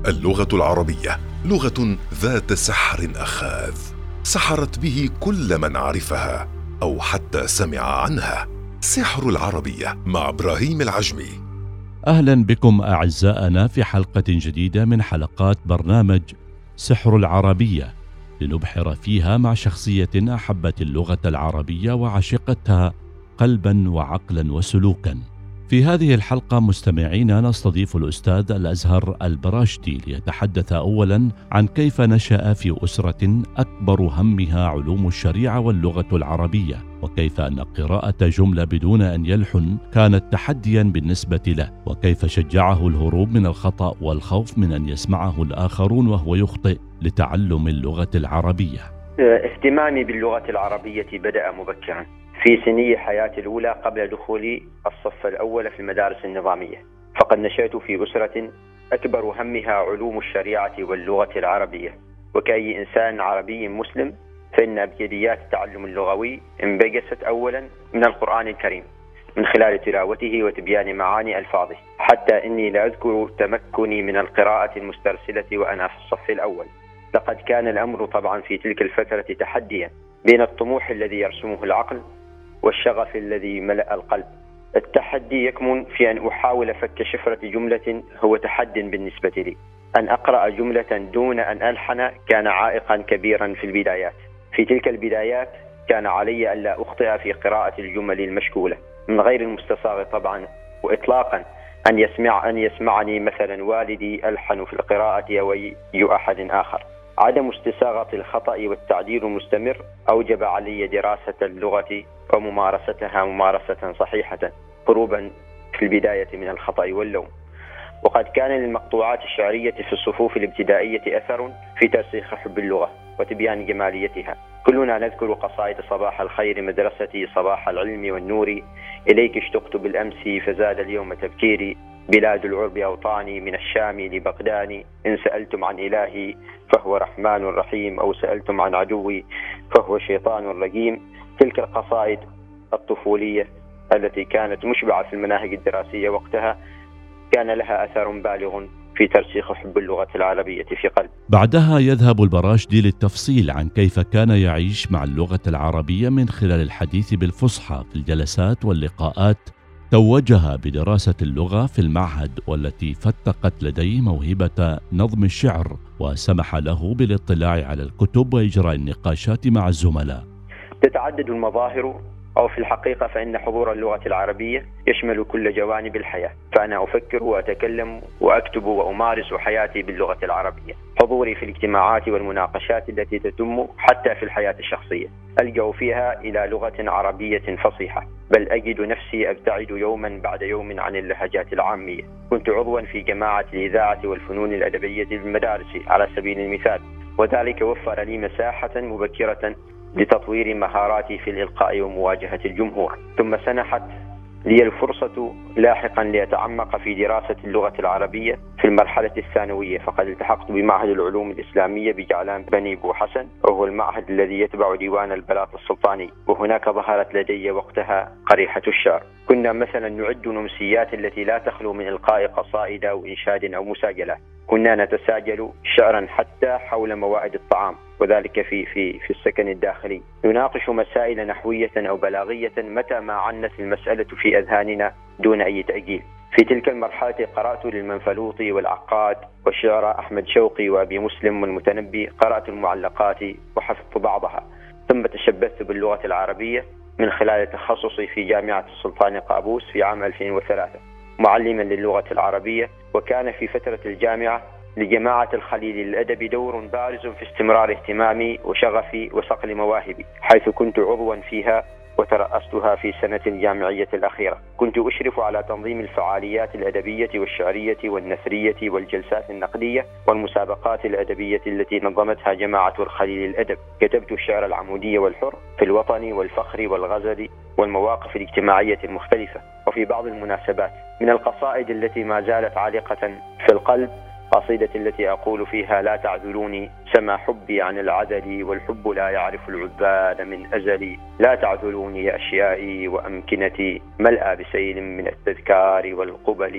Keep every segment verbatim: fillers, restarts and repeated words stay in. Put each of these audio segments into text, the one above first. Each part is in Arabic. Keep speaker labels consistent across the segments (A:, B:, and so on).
A: اللغة العربية لغة ذات سحر أخاذ، سحرت به كل من عرفها أو حتى سمع عنها. سحر العربية مع إبراهيم العجمي.
B: أهلا بكم أعزائنا في حلقة جديدة من حلقات برنامج سحر العربية، لنبحر فيها مع شخصية أحبت اللغة العربية وعشقتها قلبا وعقلا وسلوكا. في هذه الحلقة مستمعينا نستضيف الأستاذ الأزهر البراشدي ليتحدث أولا عن كيف نشأ في أسرة أكبر همها علوم الشريعة واللغة العربية، وكيف أن قراءة جملة بدون أن يلحن كانت تحديا بالنسبة له، وكيف شجعه الهروب من الخطأ والخوف من أن يسمعه الآخرون وهو يخطئ لتعلم اللغة العربية.
C: اهتمامي باللغة العربية بدأ مبكرا في سني حياتي الأولى قبل دخولي الصف الأول في المدارس النظامية، فقد نشأت في أسرة أكبر همها علوم الشريعة واللغة العربية، وكأي إنسان عربي مسلم فإن أبجديات التعلم اللغوي انبجست أولا من القرآن الكريم من خلال تلاوته وتبيان معاني ألفاظه، حتى إني لا أذكر تمكني من القراءة المسترسلة وأنا في الصف الأول. لقد كان الأمر طبعا في تلك الفترة تحديا بين الطموح الذي يرسمه العقل والشغف الذي ملأ القلب. التحدي يكمن في أن أحاول فك شفرة جملة هو تحد بالنسبة لي. أن أقرأ جملة دون أن ألحن كان عائقا كبيرا في البدايات. في تلك البدايات كان علي ألا أخطئ في قراءة الجمل المشكولة من غير المستصاغ طبعا، وإطلاقا أن يسمع أن يسمعني مثلا والدي ألحن في القراءة أو أي أحد آخر. عدم استساغة الخطأ والتعديل المستمر أوجب علي دراسة اللغة وممارستها ممارسة صحيحة، هروبا في البداية من الخطأ واللوم. وقد كان للمقطوعات الشعرية في الصفوف الابتدائية أثر في ترسيخ حب اللغة وتبيان جماليتها. كلنا نذكر قصائد صباح الخير مدرستي، صباح العلم والنور، إليك اشتقت بالأمس فزاد اليوم تفكيري، بلاد العرب أوطاني من الشام لبغداد، إن سألتم عن إلهي فهو رحمن رحيم، أو سألتم عن عدوي فهو شيطان رجيم. تلك القصائد الطفولية التي كانت مشبعة في المناهج الدراسية وقتها كان لها أثر بالغ في ترسيخ حب اللغة العربية في قلب.
B: بعدها يذهب البراشدي للتفصيل عن كيف كان يعيش مع اللغة العربية من خلال الحديث بالفصحى في الجلسات واللقاءات. توجها بدراسة اللغة في المعهد، والتي فتقت لديه موهبة نظم الشعر وسمح له بالاطلاع على الكتب وإجراء النقاشات مع الزملاء.
C: تتعدد المظاهر، أو في الحقيقة فإن حضور اللغة العربية يشمل كل جوانب الحياة، فأنا أفكر وأتكلم وأكتب وأمارس حياتي باللغة العربية. حضوري في الاجتماعات والمناقشات التي تتم حتى في الحياة الشخصية ألجأ فيها إلى لغة عربية فصيحة، بل أجد نفسي أبتعد يوما بعد يوم عن اللهجات العامية. كنت عضوا في جماعة الإذاعة والفنون الأدبية بالمدارس على سبيل المثال، وذلك وفر لي مساحة مبكرة لتطوير مهاراتي في الإلقاء ومواجهة الجمهور. ثم سنحت لي الفرصة لاحقا لأتعمق في دراسة اللغة العربية في المرحلة الثانوية، فقد التحقت بمعهد العلوم الإسلامية بجعلان بني بو حسن، وهو المعهد الذي يتبع ديوان البلاط السلطاني، وهناك ظهرت لدي وقتها قريحة الشعر. كنا مثلا نعد نمسيات التي لا تخلو من إلقاء قصائد أو إنشاد أو مساجلات. كنا نتساجل شعرا حتى حول موائد الطعام، وذلك في في في السكن الداخلي. نناقش مسائل نحوية أو بلاغية متى ما عنت المسألة في أذهاننا دون أي تأجيل. في تلك المرحلة قرأت للمنفلوطي والعقاد وشعر أحمد شوقي وأبي مسلم والمتنبي، قرأت المعلقات وحفظت بعضها. ثم تشبثت باللغة العربية من خلال تخصصي في جامعة السلطان قابوس في عام ألفين وثلاثة معلما للغة العربية. وكان في فترة الجامعة لجماعة الخليل الأدبي دور بارز في استمرار اهتمامي وشغفي وصقل مواهبي، حيث كنت عضوا فيها وترأستها في سنة الجامعية الأخيرة. كنت أشرف على تنظيم الفعاليات الأدبية والشعرية والنثرية والجلسات النقدية والمسابقات الأدبية التي نظمتها جماعة الخليل الأدب. كتبت الشعر العمودي والحر في الوطني والفخر والغزل والمواقف الاجتماعية المختلفة. وفي بعض المناسبات من القصائد التي ما زالت عالقة في القلب قصيدة التي أقول فيها: لا تعذلوني سما حبي عن العدل، والحب لا يعرف العذال من أزلي. لا تعذلوني أشيائي وأمكنتي، ملأى بسيل من التذكار والقبل.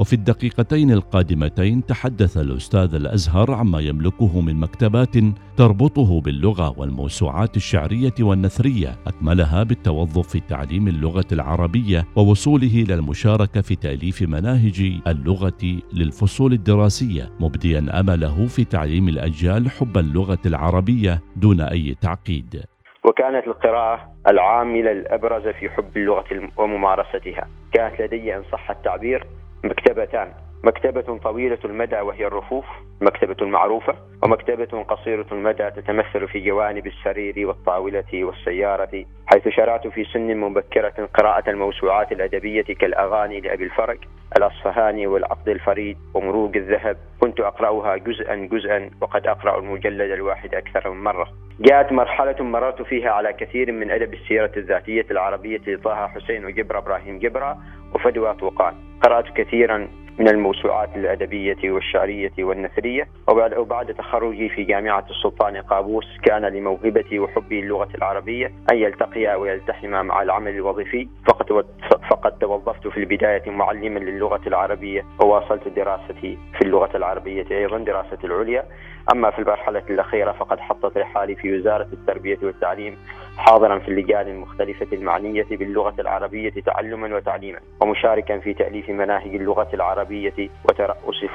B: وفي الدقيقتين القادمتين تحدث الأستاذ الأزهر عما يملكه من مكتبات تربطه باللغة والموسوعات الشعرية والنثرية، أكملها بالتوظف في تعليم اللغة العربية ووصوله إلى المشاركة في تأليف مناهج اللغة للفصول الدراسية، مبديا أمله في تعليم الأجيال حب اللغة العربية دون أي تعقيد.
C: وكانت القراءة العاملة الأبرز في حب اللغة وممارستها. كانت لدي إن صح التعبير مكتبتان، مكتبة طويلة المدى وهي الرفوف، المكتبة المعروفة، ومكتبة قصيرة المدى تتمثل في جوانب السرير والطاولة والسيارة، حيث شرعت في سن مبكرة قراءة الموسوعات الأدبية كالأغاني لأبي الفرج، الأصفهاني والعقد الفريد ومروق الذهب. كنت أقرأها جزءا جزءا، وقد أقرأ المجلد الواحد أكثر من مرة. جاءت مرحلة مررت فيها على كثير من أدب السيرة الذاتية العربية لطه حسين وجبر إبراهيم جبرة وفدوى طوقان. قرأت كثيرا من الموسوعات الأدبية والشعرية والنثرية، وبعد, وبعد تخرجي في جامعة السلطان قابوس كان لموهبتي وحبي اللغة العربية أن يلتقيا ويلتحما مع العمل الوظيفي، فقد, فقد توظفت في البداية معلما للغة العربية، وواصلت دراستي في اللغة العربية أيضا دراسة العليا. أما في المرحلة الأخيرة فقد حطت رحالي في وزارة التربية والتعليم، حاضرا في اللجان المختلفة المعنية باللغة العربية تعلما وتعليما، ومشاركا في تأليف مناهج اللغة العربية وترأس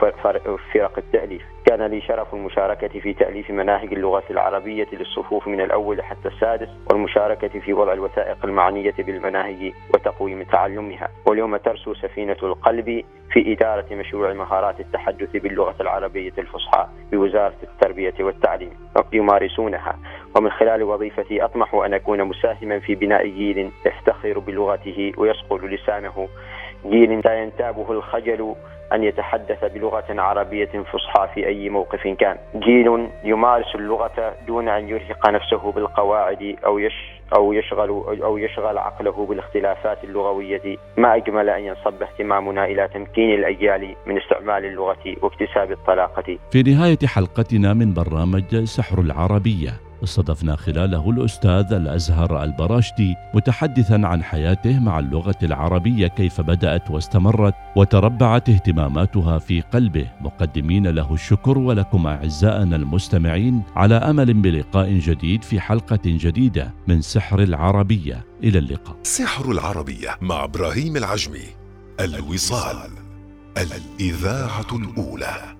C: فرق التأليف. كان لي شرف المشاركة في تأليف مناهج اللغة العربية للصفوف من الأول حتى السادس، والمشاركة في وضع الوثائق المعنية بالمناهج وتقويم تعلمها. واليوم ترسو سفينة القلب في إدارة مشروع مهارات التحدث باللغة العربية الفصحى بوزارة التربية والتعليم يمارسونها. ومن خلال وظيفتي أطمح أن أكون مساهما في بناء جيل يفتخر بلغته ويصقل لسانه، جيل لا ينتابه الخجل أن يتحدث بلغة عربية فصحى في أي موقف كان، جيل يمارس اللغة دون أن يرهق نفسه بالقواعد أو يش أو يشغل أو يشغل عقله بالاختلافات اللغوية. ما أجمل أن ينصب اهتمامنا إلى تمكين الأجيال من استعمال اللغة واكتساب الطلاقة.
B: في نهاية حلقتنا من برنامج سحر العربية استضفنا خلاله الأستاذ الأزهر البراشدي متحدثا عن حياته مع اللغة العربية، كيف بدأت واستمرت وتربعت اهتماماتها في قلبه، مقدمين له الشكر ولكم أعزائنا المستمعين على أمل بلقاء جديد في حلقة جديدة من سحر العربية. إلى اللقاء.
A: سحر العربية مع إبراهيم العجمي، الوصال، الإذاعة الأولى.